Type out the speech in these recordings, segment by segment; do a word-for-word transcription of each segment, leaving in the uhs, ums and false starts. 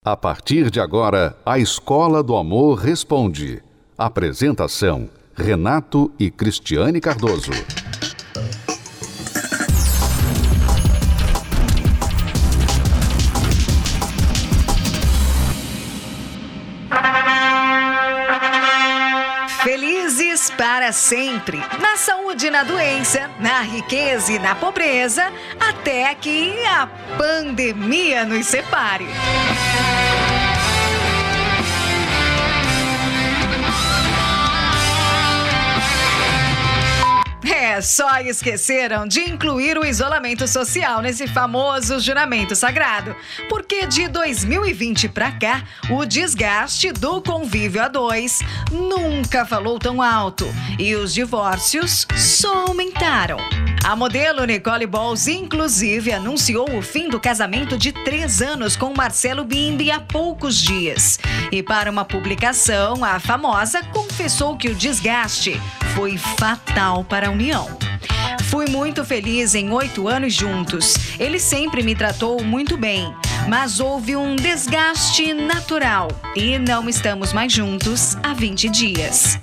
A partir de agora, a Escola do Amor Responde. Apresentação: Renato e Cristiane Cardoso. Felizes para sempre, na saúde e na doença, na riqueza e na pobreza, até que a pandemia nos separe. É, só esqueceram de incluir o isolamento social nesse famoso juramento sagrado. Porque de dois mil e vinte pra cá, o desgaste do convívio a dois nunca falou tão alto e os divórcios só aumentaram. A modelo Nicole Balls, inclusive, anunciou o fim do casamento de três anos com Marcelo Bimbi há poucos dias. E para uma publicação, a famosa confessou que o desgaste foi fatal para a união. Fui muito feliz em oito anos juntos. Ele sempre me tratou muito bem, mas houve um desgaste natural e não estamos mais juntos há vinte dias.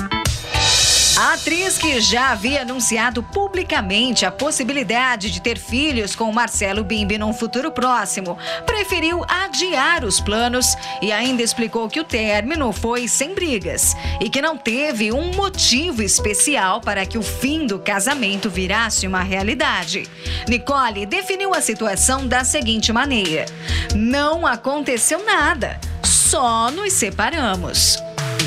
A atriz, que já havia anunciado publicamente a possibilidade de ter filhos com Marcelo Bimbi num futuro próximo, preferiu adiar os planos e ainda explicou que o término foi sem brigas e que não teve um motivo especial para que o fim do casamento virasse uma realidade. Nicole definiu a situação da seguinte maneira: não aconteceu nada, só nos separamos.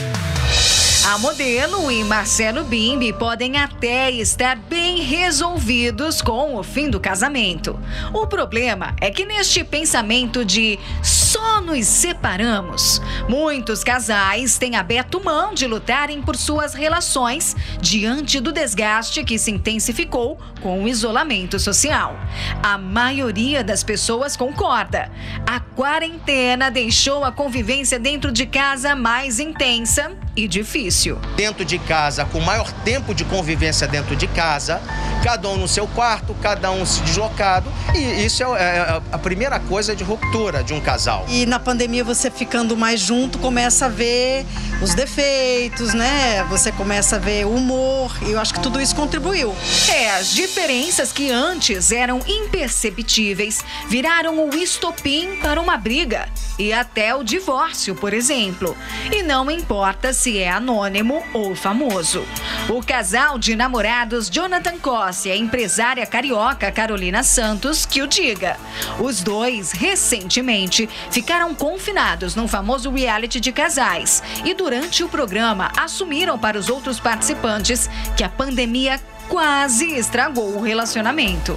A modelo e Marcelo Bimbi podem até estar bem resolvidos com o fim do casamento. O problema é que neste pensamento de só nos separamos, muitos casais têm aberto mão de lutarem por suas relações diante do desgaste que se intensificou com o isolamento social. A maioria das pessoas concorda. A quarentena deixou a convivência dentro de casa mais intensa e difícil. Dentro de casa, com maior tempo de convivência dentro de casa, cada um no seu quarto, cada um se deslocado, e isso é a primeira coisa de ruptura de um casal. E na pandemia, você ficando mais junto, começa a ver os defeitos, né? Você começa a ver o humor, e eu acho que tudo isso contribuiu. É, as diferenças que antes eram imperceptíveis viraram o estopim para uma briga e até o divórcio, por exemplo. E não importa se é anônimo ou famoso. O casal de namorados Jonathan Costa e a empresária carioca Carolina Santos que o diga. Os dois, recentemente, ficaram confinados num famoso reality de casais e durante o programa assumiram para os outros participantes que a pandemia quase estragou o relacionamento.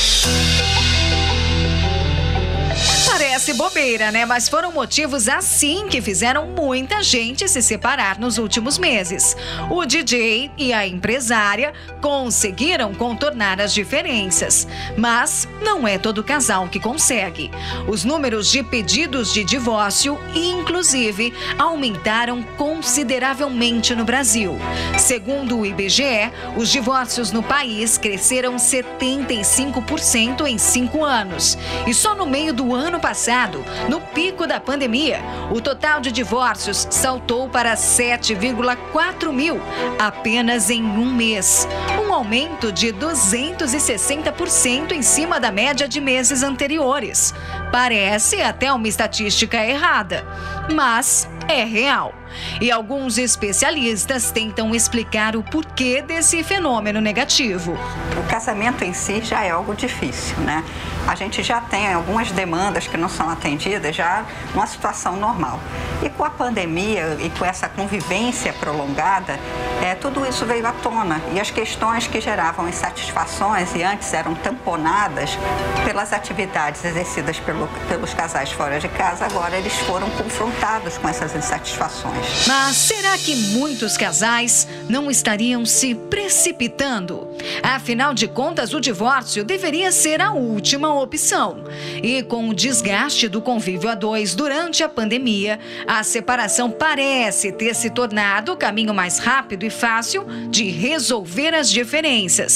Parece bobeira, né? Mas foram motivos assim que fizeram muita gente se separar nos últimos meses. O D J e a empresária conseguiram contornar as diferenças, mas não é todo casal que consegue. Os números de pedidos de divórcio, inclusive, aumentaram consideravelmente no Brasil. Segundo o I B G E, os divórcios no país cresceram setenta e cinco por cento em cinco anos. E só no meio do ano passado, no pico da pandemia, o total de divórcios saltou para sete vírgula quatro mil apenas em um mês. Um aumento de duzentos e sessenta por cento em cima da média de meses anteriores. Parece até uma estatística errada, mas é real. E alguns especialistas tentam explicar o porquê desse fenômeno negativo. O casamento em si já é algo difícil, né? A gente já tem algumas demandas que não são atendidas já numa situação normal. E com a pandemia e com essa convivência prolongada, é, tudo isso veio à tona. E as questões que geravam insatisfações e antes eram tamponadas pelas atividades exercidas pelo, pelos casais fora de casa, agora eles foram confrontados com essas insatisfações. Mas será que muitos casais não estariam se precipitando? Afinal de contas, o divórcio deveria ser a última opção. E com o desgaste do convívio a dois durante a pandemia, a separação parece ter se tornado o caminho mais rápido e fácil de resolver as diferenças.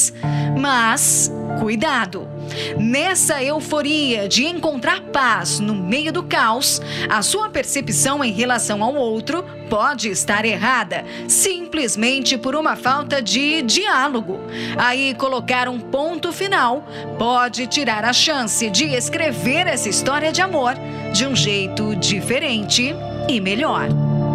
Mas cuidado! Nessa euforia de encontrar paz no meio do caos, a sua percepção em relação ao outro pode estar errada, simplesmente por uma falta de diálogo. Aí, colocar um ponto final pode tirar a chance de escrever essa história de amor de um jeito diferente e melhor.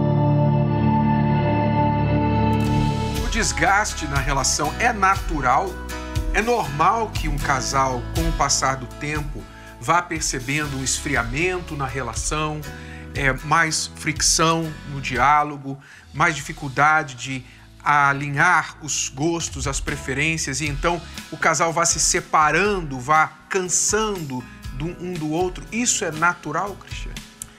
O desgaste na relação é natural. É normal que um casal, com o passar do tempo, vá percebendo um esfriamento na relação, é, mais fricção no diálogo, mais dificuldade de alinhar os gostos, as preferências, e então o casal vá se separando, vá cansando do, um do outro. Isso é natural, Cristiane?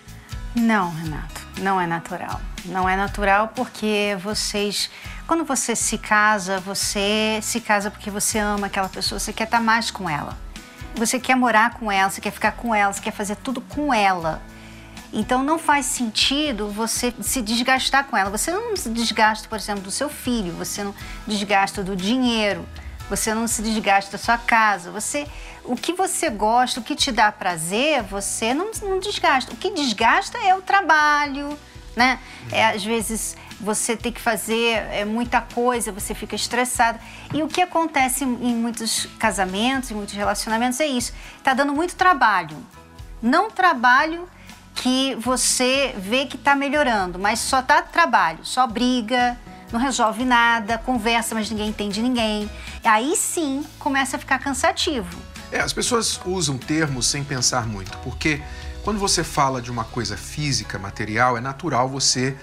Não, Renato, não é natural. Não é natural porque vocês... Quando você se casa, você se casa porque você ama aquela pessoa, você quer estar mais com ela. Você quer morar com ela, você quer ficar com ela, você quer fazer tudo com ela. Então não faz sentido você se desgastar com ela. Você não se desgasta, por exemplo, do seu filho, você não desgasta do dinheiro, você não se desgasta da sua casa. Você, o que você gosta, o que te dá prazer, você não, não desgasta. O que desgasta é o trabalho, né? É, às vezes você tem que fazer é, muita coisa, você fica estressada. E o que acontece em muitos casamentos, em muitos relacionamentos é isso. Tá dando muito trabalho. Não trabalho que você vê que tá melhorando, mas só tá trabalho, só briga, não resolve nada, conversa, mas ninguém entende ninguém. Aí sim começa a ficar cansativo. É, as pessoas usam termos sem pensar muito, porque quando você fala de uma coisa física, material, é natural você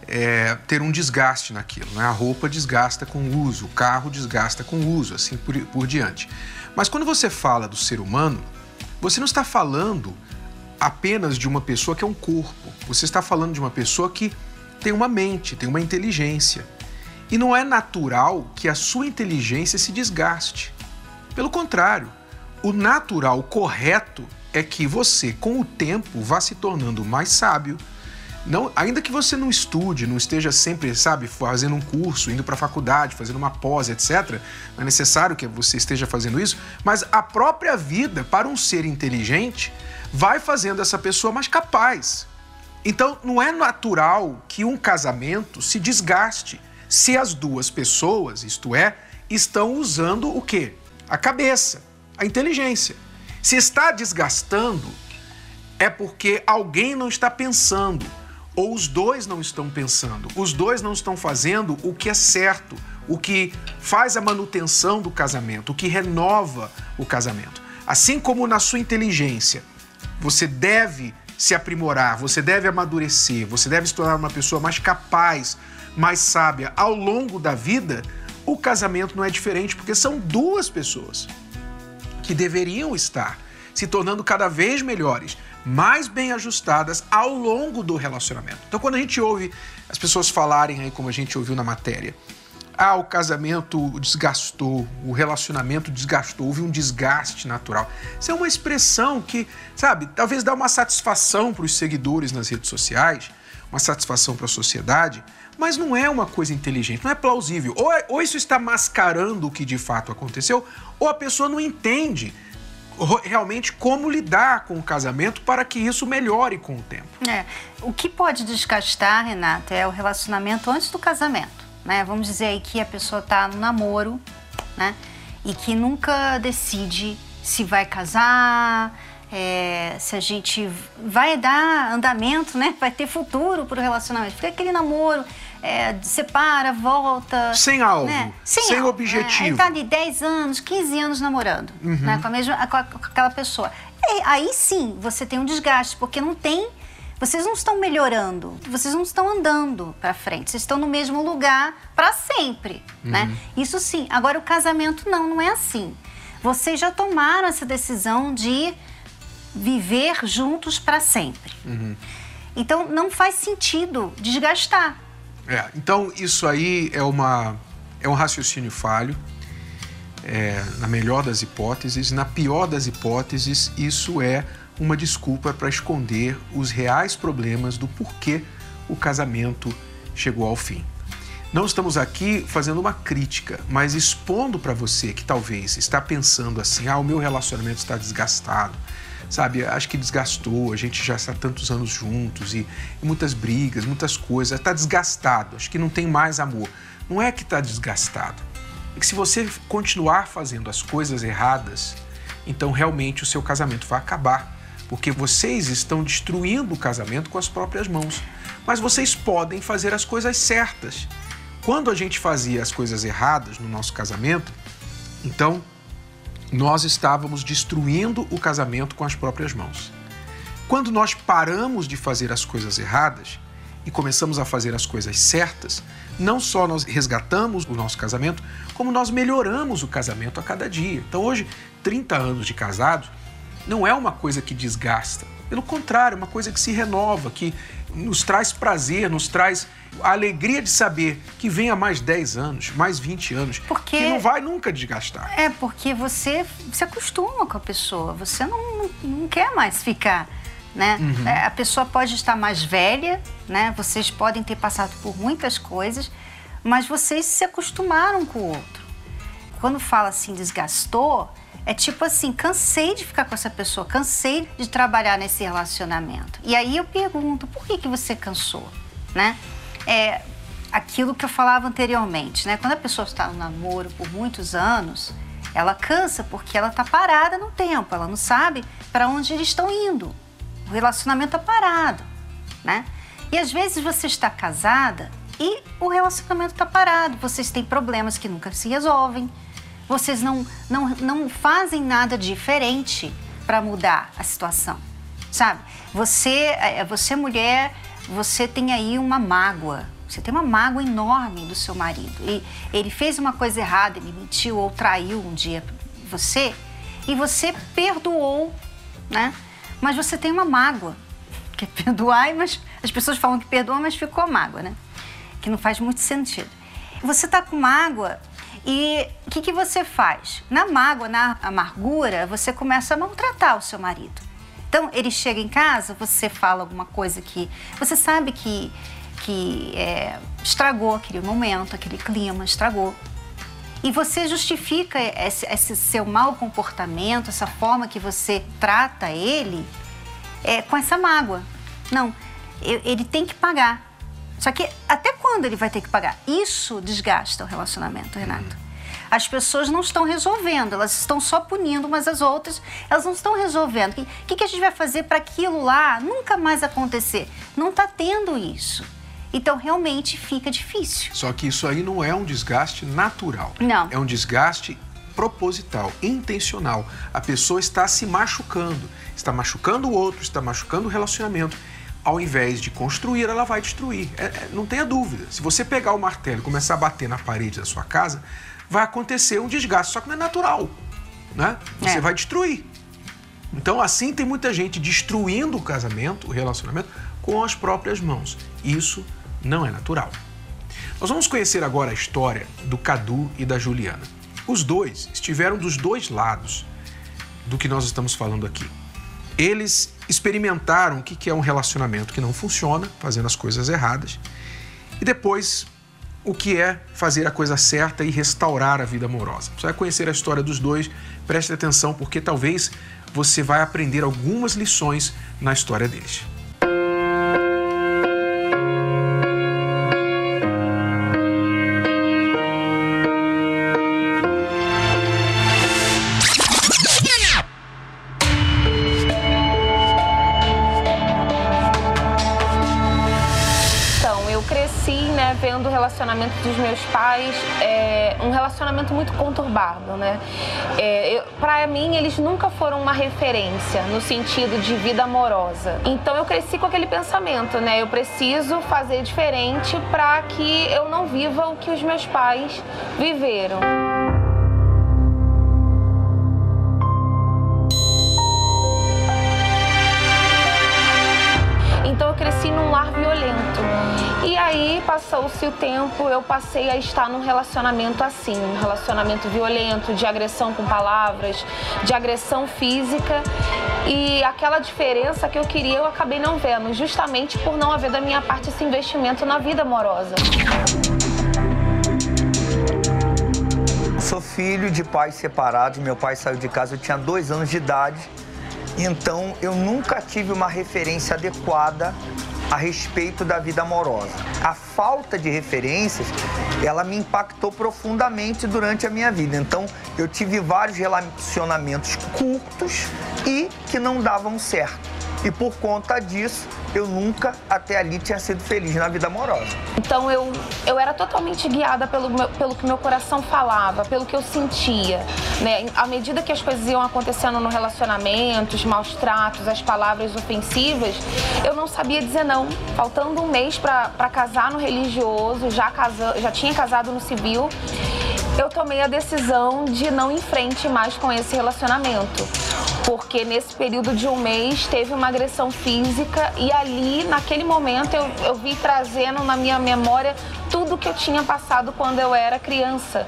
é, ter um desgaste naquilo, né? A roupa desgasta com o uso, o carro desgasta com o uso, assim por, por diante. Mas quando você fala do ser humano, você não está falando apenas de uma pessoa que é um corpo. Você está falando de uma pessoa que tem uma mente, tem uma inteligência. E não é natural que a sua inteligência se desgaste. Pelo contrário, o natural, o correto, é que você, com o tempo, vá se tornando mais sábio. Não, ainda que você não estude, não esteja sempre, sabe, fazendo um curso, indo para a faculdade, fazendo uma pós, etcétera, não é necessário que você esteja fazendo isso, mas a própria vida, para um ser inteligente, vai fazendo essa pessoa mais capaz. Então, não é natural que um casamento se desgaste se as duas pessoas, isto é, estão usando o quê? A cabeça, a inteligência. Se está desgastando, é porque alguém não está pensando, ou os dois não estão pensando, os dois não estão fazendo o que é certo, o que faz a manutenção do casamento, o que renova o casamento. Assim como na sua inteligência, você deve se aprimorar, você deve amadurecer, você deve se tornar uma pessoa mais capaz, mais sábia ao longo da vida, o casamento não é diferente, porque são duas pessoas que deveriam estar se tornando cada vez melhores, mais bem ajustadas ao longo do relacionamento. Então, quando a gente ouve as pessoas falarem aí, como a gente ouviu na matéria, ah, o casamento desgastou, o relacionamento desgastou, houve um desgaste natural. Isso é uma expressão que, sabe, talvez dá uma satisfação para os seguidores nas redes sociais, uma satisfação para a sociedade, mas não é uma coisa inteligente, não é plausível. Ou, é, ou isso está mascarando o que de fato aconteceu, ou a pessoa não entende realmente como lidar com o casamento para que isso melhore com o tempo. É, o que pode desgastar, Renata, é o relacionamento antes do casamento, né? Vamos dizer aí que a pessoa está no namoro, né? E que nunca decide se vai casar, é, se a gente vai dar andamento, né? Vai ter futuro para o relacionamento. Fica aquele namoro, é, separa, volta. Sem alvo, né? sem, sem alvo, objetivo. É, ele tá de dez anos, quinze anos namorando, uhum. né? com, a mesma, com, a, com aquela pessoa. E aí sim, você tem um desgaste, porque não tem... Vocês não estão melhorando, vocês não estão andando para frente, vocês estão no mesmo lugar para sempre, uhum. né? Isso sim. Agora, o casamento não, não é assim. Vocês já tomaram essa decisão de viver juntos para sempre. Uhum. Então, não faz sentido desgastar. É, então, isso aí é, uma, é um raciocínio falho, é, na melhor das hipóteses. Na pior das hipóteses, isso é uma desculpa para esconder os reais problemas do porquê o casamento chegou ao fim. Não estamos aqui fazendo uma crítica, mas expondo para você que talvez está pensando assim, ah, o meu relacionamento está desgastado, sabe? Acho que desgastou, a gente já está tantos anos juntos e, e muitas brigas, muitas coisas, está desgastado, acho que não tem mais amor. Não é que está desgastado, é que se você continuar fazendo as coisas erradas, então realmente o seu casamento vai acabar, porque vocês estão destruindo o casamento com as próprias mãos. Mas vocês podem fazer as coisas certas. Quando a gente fazia as coisas erradas no nosso casamento, então nós estávamos destruindo o casamento com as próprias mãos. Quando nós paramos de fazer as coisas erradas e começamos a fazer as coisas certas, não só nós resgatamos o nosso casamento, como nós melhoramos o casamento a cada dia. Então hoje, trinta anos de casados, não é uma coisa que desgasta. Pelo contrário, é uma coisa que se renova, que nos traz prazer, nos traz a alegria de saber que venha mais dez anos, mais vinte anos, porque... que não vai nunca desgastar. É, porque você se acostuma com a pessoa, você não, não quer mais ficar, né? Uhum. A pessoa pode estar mais velha, né? Vocês podem ter passado por muitas coisas, mas vocês se acostumaram com o outro. Quando fala assim, desgastou, é tipo assim, cansei de ficar com essa pessoa, cansei de trabalhar nesse relacionamento. E aí eu pergunto, por que que você cansou, né? É aquilo que eu falava anteriormente, né? Quando a pessoa está no namoro por muitos anos, ela cansa porque ela está parada no tempo, ela não sabe para onde eles estão indo. O relacionamento está parado, né? E às vezes você está casada e o relacionamento está parado, vocês têm problemas que nunca se resolvem, vocês não, não, não fazem nada diferente para mudar a situação, sabe? Você, você mulher, você tem aí uma mágoa, você tem uma mágoa enorme do seu marido. E ele fez uma coisa errada, ele mentiu ou traiu um dia você e você perdoou, né? Mas você tem uma mágoa, que é perdoar, mas as pessoas falam que perdoa, mas ficou mágoa, né? Que não faz muito sentido. Você tá com mágoa e o que que você faz? Na mágoa, na amargura, você começa a maltratar o seu marido. Então, ele chega em casa, você fala alguma coisa que você sabe que, que é, estragou aquele momento, aquele clima, estragou. E você justifica esse, esse seu mau comportamento, essa forma que você trata ele, é, com essa mágoa. Não, ele tem que pagar. Só que até quando ele vai ter que pagar? Isso desgasta o relacionamento, Renato. As pessoas não estão resolvendo, elas estão só punindo umas às outras, elas não estão resolvendo. O que, que a gente vai fazer para aquilo lá nunca mais acontecer? Não está tendo isso. Então, realmente fica difícil. Só que isso aí não é um desgaste natural. Não. É um desgaste proposital, intencional. A pessoa está se machucando, está machucando o outro, está machucando o relacionamento. Ao invés de construir, ela vai destruir. É, é, não tenha dúvida. Se você pegar o martelo e começar a bater na parede da sua casa, vai acontecer um desgaste, só que não é natural, né? Você é. vai destruir. Então, assim, tem muita gente destruindo o casamento, o relacionamento, com as próprias mãos. Isso não é natural. Nós vamos conhecer agora a história do Cadu e da Juliana. Os dois estiveram dos dois lados do que nós estamos falando aqui. Eles experimentaram o que é um relacionamento que não funciona, fazendo as coisas erradas, e depois o que é fazer a coisa certa e restaurar a vida amorosa. Você vai conhecer a história dos dois, preste atenção, porque talvez você vai aprender algumas lições na história deles. Vendo o relacionamento dos meus pais, é um relacionamento muito conturbado, né? É, para mim, eles nunca foram uma referência no sentido de vida amorosa. Então, eu cresci com aquele pensamento, né? Eu preciso fazer diferente para que eu não viva o que os meus pais viveram. Então, eu cresci num lar violento. E aí, passou-se o tempo, eu passei a estar num relacionamento assim, um relacionamento violento, de agressão com palavras, de agressão física. E aquela diferença que eu queria, eu acabei não vendo, justamente por não haver da minha parte esse investimento na vida amorosa. sou filho de pais separados, meu pai saiu de casa, eu tinha dois anos de idade, então eu nunca tive uma referência adequada a respeito da vida amorosa. A falta de referências, ela me impactou profundamente durante a minha vida. Então, eu tive vários relacionamentos curtos e que não davam certo. E por conta disso, eu nunca até ali tinha sido feliz na vida amorosa. Então eu, eu era totalmente guiada pelo, meu, pelo que meu coração falava, pelo que eu sentia, né? À medida que as coisas iam acontecendo no relacionamento, os maus tratos, as palavras ofensivas, eu não sabia dizer não. Faltando um mês para casar no religioso, já, casa, já tinha casado no civil, eu tomei a decisão de não ir em frente mais com esse relacionamento. Porque nesse período de um mês teve uma agressão física e ali, naquele momento, eu, eu vi trazendo na minha memória tudo que eu tinha passado quando eu era criança.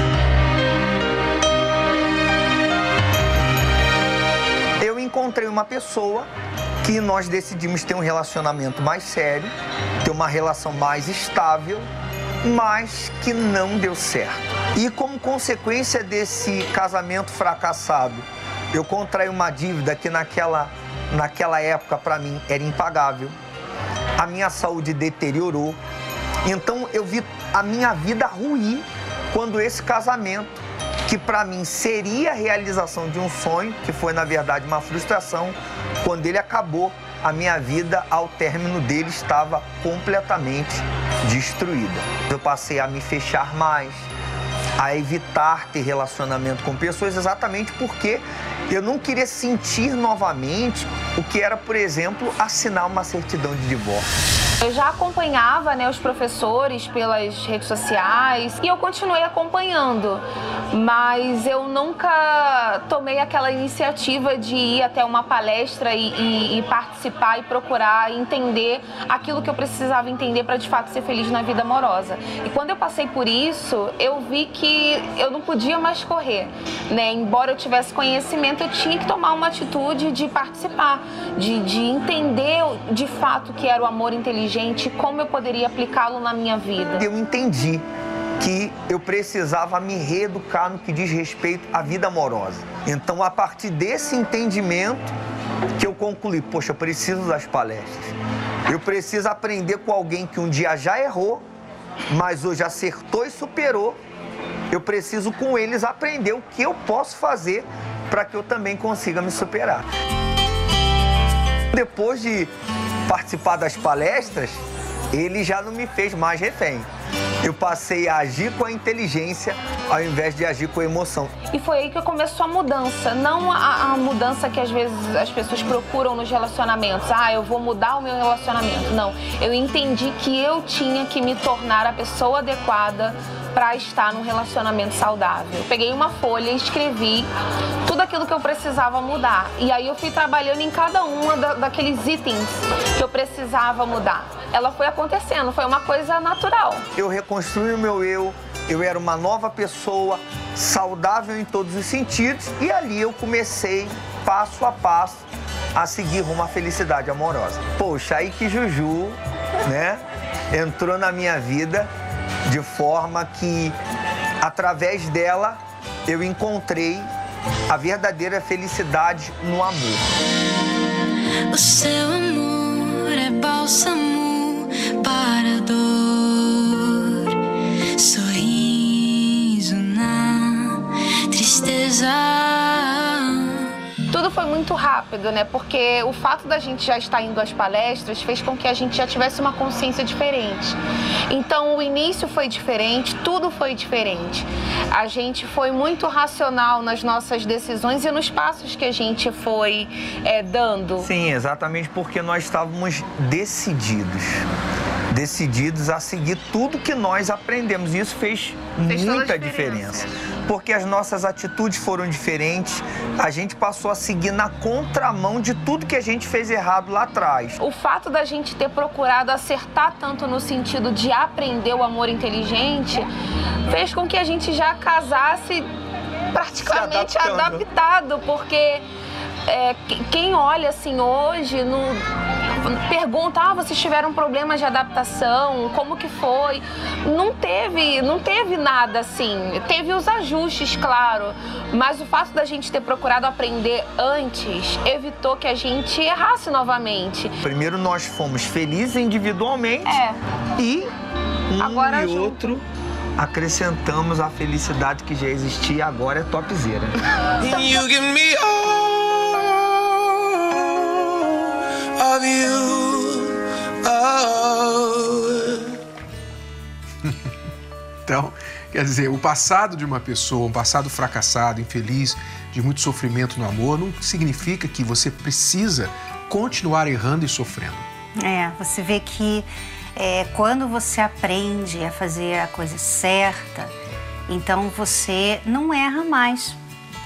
Eu encontrei uma pessoa que nós decidimos ter um relacionamento mais sério, ter uma relação mais estável, mas que não deu certo. E como consequência desse casamento fracassado, eu contraí uma dívida que naquela, naquela época, para mim, era impagável. A minha saúde deteriorou. Então, eu vi a minha vida ruir quando esse casamento, que para mim seria a realização de um sonho, que foi, na verdade, uma frustração, quando ele acabou, a minha vida, ao término dele, estava completamente destruída. Eu passei a me fechar mais, a evitar ter relacionamento com pessoas, exatamente porque eu não queria sentir novamente o que era, por exemplo, assinar uma certidão de divórcio. Eu já acompanhava, né, os professores pelas redes sociais e eu continuei acompanhando, mas eu nunca tomei aquela iniciativa de ir até uma palestra e, e, e participar e procurar entender aquilo que eu precisava entender para de fato ser feliz na vida amorosa. E quando eu passei por isso, eu vi que eu não podia mais correr, né? Embora eu tivesse conhecimento, eu tinha que tomar uma atitude de participar, de, de entender de fato o que era o amor inteligente, como eu poderia aplicá-lo na minha vida. Eu entendi que eu precisava me reeducar no que diz respeito à vida amorosa. Então, a partir desse entendimento, que eu concluí, poxa, eu preciso das palestras. Eu preciso aprender com alguém que um dia já errou, mas hoje acertou e superou. Eu preciso com eles aprender o que eu posso fazer para que eu também consiga me superar. Depois de participar das palestras, ele já não me fez mais refém. Eu passei a agir com a inteligência ao invés de agir com a emoção. E foi aí que começou a mudança, não a, a mudança que às vezes as pessoas procuram nos relacionamentos. Ah, eu vou mudar o meu relacionamento. Não, eu entendi que eu tinha que me tornar a pessoa adequada para estar num relacionamento saudável. Eu peguei uma folha e escrevi tudo aquilo que eu precisava mudar. E aí eu fui trabalhando em cada um da, daqueles itens que eu precisava mudar. Ela foi acontecendo, foi uma coisa natural. Eu reconstruí o meu eu, eu era uma nova pessoa, saudável em todos os sentidos, e ali eu comecei, passo a passo, a seguir rumo à felicidade amorosa. Poxa, aí que Juju, né, entrou na minha vida de forma que, através dela, eu encontrei a verdadeira felicidade no amor. O seu amor é bálsamo para a dor, sorriso na tristeza. Tudo foi muito rápido, né? Porque o fato da gente já estar indo às palestras fez com que a gente já tivesse uma consciência diferente. Então, o início foi diferente, tudo foi diferente. A gente foi muito racional nas nossas decisões e nos passos que a gente foi é, dando. Sim, exatamente porque nós estávamos decididos. Decididos a seguir tudo que nós aprendemos. E isso fez, fez muita diferença. diferença. Porque as nossas atitudes foram diferentes, a gente passou a seguir na contramão de tudo que a gente fez errado lá atrás. O fato da gente ter procurado acertar tanto no sentido de aprender o amor inteligente fez com que a gente já casasse praticamente adaptado, porque é, quem olha assim hoje no... pergunta, ah, vocês tiveram problemas de adaptação, como que foi? Não teve, não teve nada assim. Teve os ajustes, claro, mas o fato da gente ter procurado aprender antes evitou que a gente errasse novamente. Primeiro nós fomos felizes individualmente é. e um Agora, e outro acrescentamos a felicidade que já existia e agora é topzera. You give me all of you, oh. Então, quer dizer, o passado de uma pessoa, um passado fracassado, infeliz, de muito sofrimento no amor, não significa que você precisa continuar errando e sofrendo. É, você vê que é, quando você aprende a fazer a coisa certa, então você não erra mais.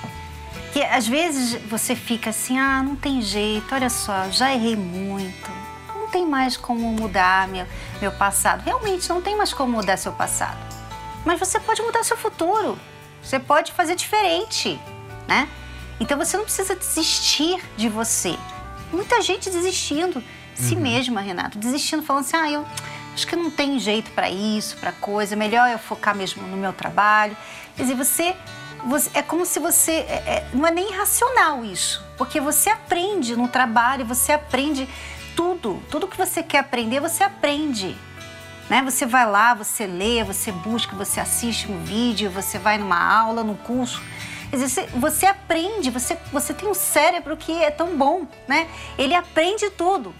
Que às vezes você fica assim, ah, não tem jeito, olha só, já errei muito, não tem mais como mudar meu, meu passado. Realmente não tem mais como mudar seu passado. Mas você pode mudar seu futuro, você pode fazer diferente, né? Então você não precisa desistir de você. Muita gente desistindo de si mesma, Renato, desistindo, falando assim, ah, eu acho que não tem jeito para isso, para coisa, melhor eu focar mesmo no meu trabalho. Quer dizer, você, você é como se você, é, é, não é nem racional isso, porque você aprende no trabalho, você aprende tudo, tudo que você quer aprender, você aprende. Né? Você vai lá, você lê, você busca, você assiste um vídeo, você vai numa aula, num curso. Quer dizer, você aprende, você, você tem um cérebro que é tão bom, né? Ele aprende tudo.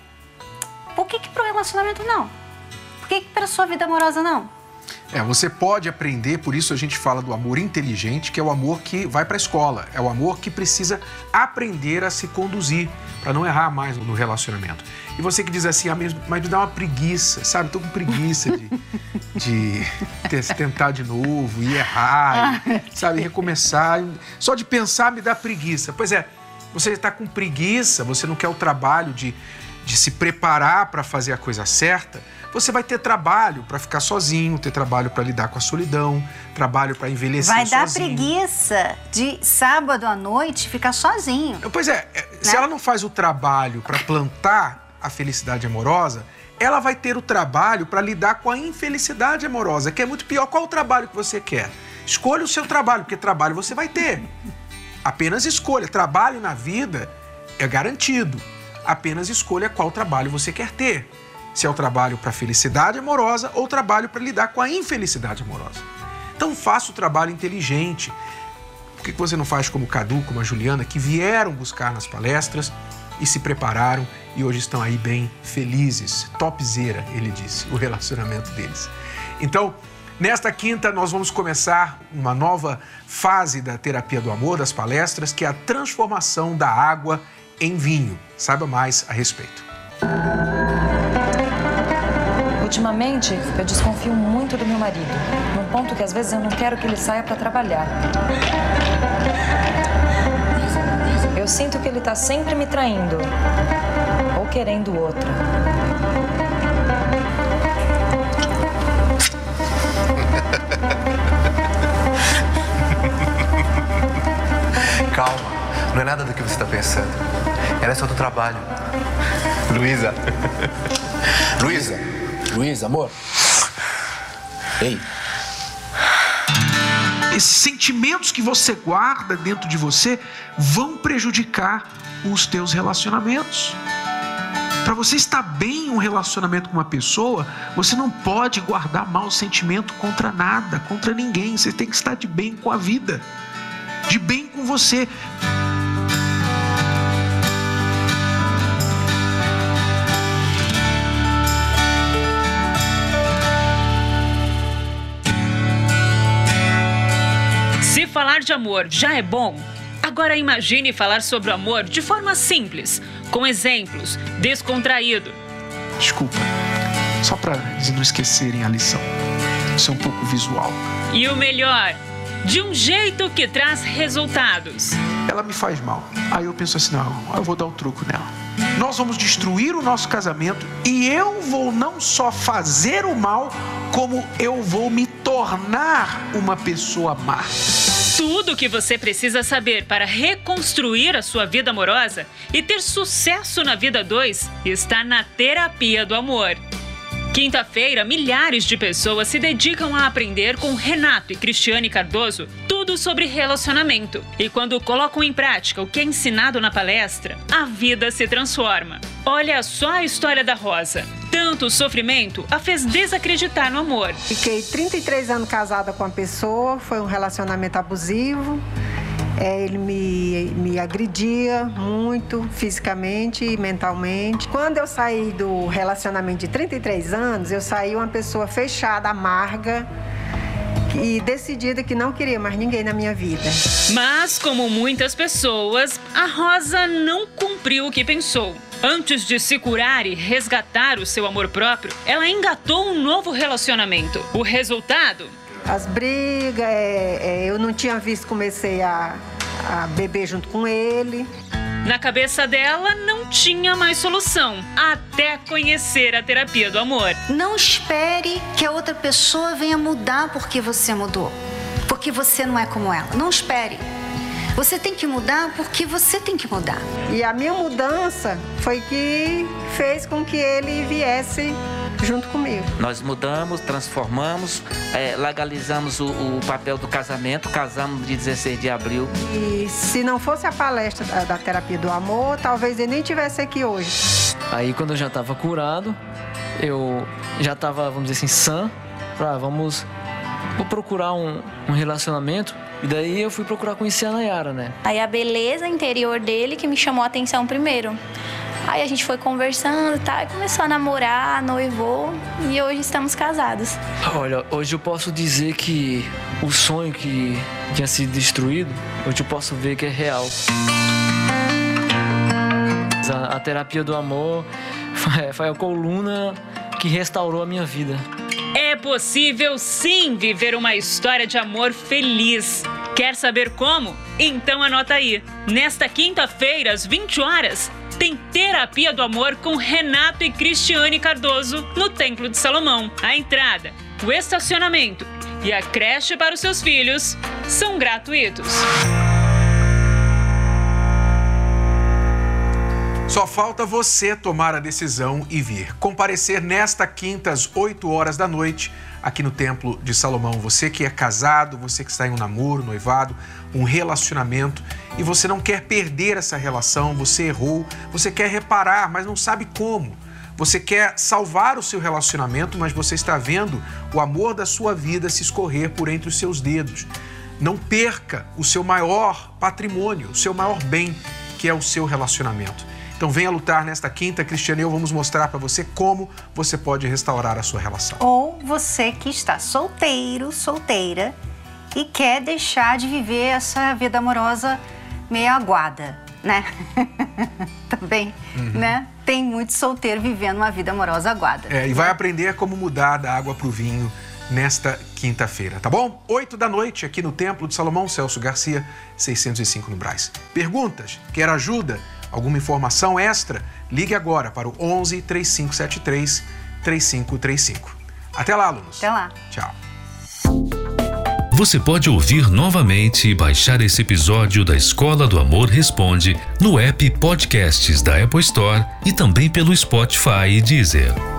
Por que que para o relacionamento não? Por que que para a sua vida amorosa não? É, você pode aprender, por isso a gente fala do amor inteligente, que é o amor que vai para a escola. É o amor que precisa aprender a se conduzir, para não errar mais no relacionamento. E você que diz assim, ah, mas me dá uma preguiça, sabe? Tô com preguiça de, de tentar de novo e errar, e, sabe? Recomeçar. Só de pensar me dá preguiça. Pois é, você está com preguiça, você não quer o trabalho de, de se preparar para fazer a coisa certa, você vai ter trabalho para ficar sozinho, ter trabalho para lidar com a solidão, trabalho para envelhecer sozinho. Vai dar sozinho. Preguiça de sábado à noite ficar sozinho. Pois é, né? Se ela não faz o trabalho para plantar a felicidade amorosa, ela vai ter o trabalho para lidar com a infelicidade amorosa, que é muito pior. Qual o trabalho que você quer? Escolha o seu trabalho, porque trabalho você vai ter. Apenas escolha. Trabalho na vida é garantido. Apenas escolha qual trabalho você quer ter. Se é o trabalho para a felicidade amorosa ou o trabalho para lidar com a infelicidade amorosa. Então faça o trabalho inteligente. Por que você não faz como o Cadu, como a Juliana, que vieram buscar nas palestras e se prepararam e hoje estão aí bem felizes. Topzera, ele disse, o relacionamento deles. Então, nesta quinta nós vamos começar uma nova fase da terapia do amor, das palestras, que é a transformação da água em vinho. Saiba mais a respeito. Ultimamente, eu desconfio muito do meu marido, num ponto que às vezes eu não quero que ele saia para trabalhar. Eu sinto que ele está sempre me traindo, ou querendo outra. Calma, não é nada do que você está pensando. Ela é só do trabalho. Luísa. Luísa. Luísa, amor. Ei. Esses sentimentos que você guarda dentro de você vão prejudicar os teus relacionamentos. Para você estar bem em um relacionamento com uma pessoa, você não pode guardar mau sentimento contra nada, contra ninguém. Você tem que estar de bem com a vida, de bem com você. Se falar de amor já é bom, agora imagine falar sobre o amor de forma simples, com exemplos, descontraído. Desculpa, só para não esquecerem a lição. Isso é um pouco visual. E o melhor, de um jeito que traz resultados. Ela me faz mal. Aí eu penso assim, não, eu vou dar o truco nela. Nós vamos destruir o nosso casamento e eu vou não só fazer o mal, como eu vou me tornar uma pessoa má. Tudo o que você precisa saber para reconstruir a sua vida amorosa e ter sucesso na vida dois está na Terapia do Amor. Quinta-feira, milhares de pessoas se dedicam a aprender com Renato e Cristiane Cardoso tudo sobre relacionamento. E quando colocam em prática o que é ensinado na palestra, a vida se transforma. Olha só a história da Rosa. Tanto sofrimento a fez desacreditar no amor. Fiquei trinta e três anos casada com uma pessoa, foi um relacionamento abusivo. É, ele me, me agredia muito fisicamente e mentalmente. Quando eu saí do relacionamento de trinta e três anos, eu saí uma pessoa fechada, amarga e decidida que não queria mais ninguém na minha vida. Mas, como muitas pessoas, a Rosa não cumpriu o que pensou. Antes de se curar e resgatar o seu amor próprio, ela engatou um novo relacionamento. O resultado? As brigas, é, é, eu não tinha visto, comecei a, a beber junto com ele. Na cabeça dela, não tinha mais solução, até conhecer a terapia do amor. Não espere que a outra pessoa venha mudar porque você mudou, porque você não é como ela. Não espere. Você tem que mudar porque você tem que mudar. E a minha mudança foi que fez com que ele viesse junto comigo. Nós mudamos, transformamos, é, legalizamos o, o papel do casamento, casamos dia dezesseis de abril. E se não fosse a palestra da, da Terapia do Amor, talvez ele nem estivesse aqui hoje. Aí quando eu já estava curado, eu já estava, vamos dizer assim, sã, pra, vamos vou procurar um, um relacionamento. E daí eu fui procurar conhecer a Nayara, né? Aí a beleza interior dele que me chamou a atenção primeiro. Aí a gente foi conversando e tal, e começou a namorar, noivou, e hoje estamos casados. Olha, hoje eu posso dizer que o sonho que tinha sido destruído, hoje eu posso ver que é real. A, a terapia do amor foi, foi a coluna que restaurou a minha vida. É possível sim viver uma história de amor feliz. Quer saber como? Então anota aí. Nesta quinta-feira, às vinte horas, tem Terapia do Amor com Renato e Cristiane Cardoso no Templo de Salomão. A entrada, o estacionamento e a creche para os seus filhos são gratuitos. Só falta você tomar a decisão e vir. Comparecer nesta quinta às oito horas da noite, aqui no Templo de Salomão. Você que é casado, você que está em um namoro, noivado, um relacionamento e você não quer perder essa relação, você errou, você quer reparar, mas não sabe como. Você quer salvar o seu relacionamento, mas você está vendo o amor da sua vida se escorrer por entre os seus dedos. Não perca o seu maior patrimônio, o seu maior bem, que é o seu relacionamento. Então venha lutar nesta quinta, Cristiane, e eu vamos mostrar para você como você pode restaurar a sua relação. Ou você que está solteiro, solteira e quer deixar de viver essa vida amorosa meio aguada, né? Também, uhum. né? Tem muito solteiro vivendo uma vida amorosa aguada. É, e vai aprender como mudar da água para o vinho nesta quinta-feira, tá bom? Oito da noite aqui no Templo de Salomão, Celso Garcia, seiscentos e cinco no Brás. Perguntas? Quer ajuda? Alguma informação extra? Ligue agora para o onze, três cinco sete três, três cinco três cinco. Até lá, alunos. Até lá. Tchau. Você pode ouvir novamente e baixar esse episódio da Escola do Amor Responde no app Podcasts da Apple Store e também pelo Spotify e Deezer.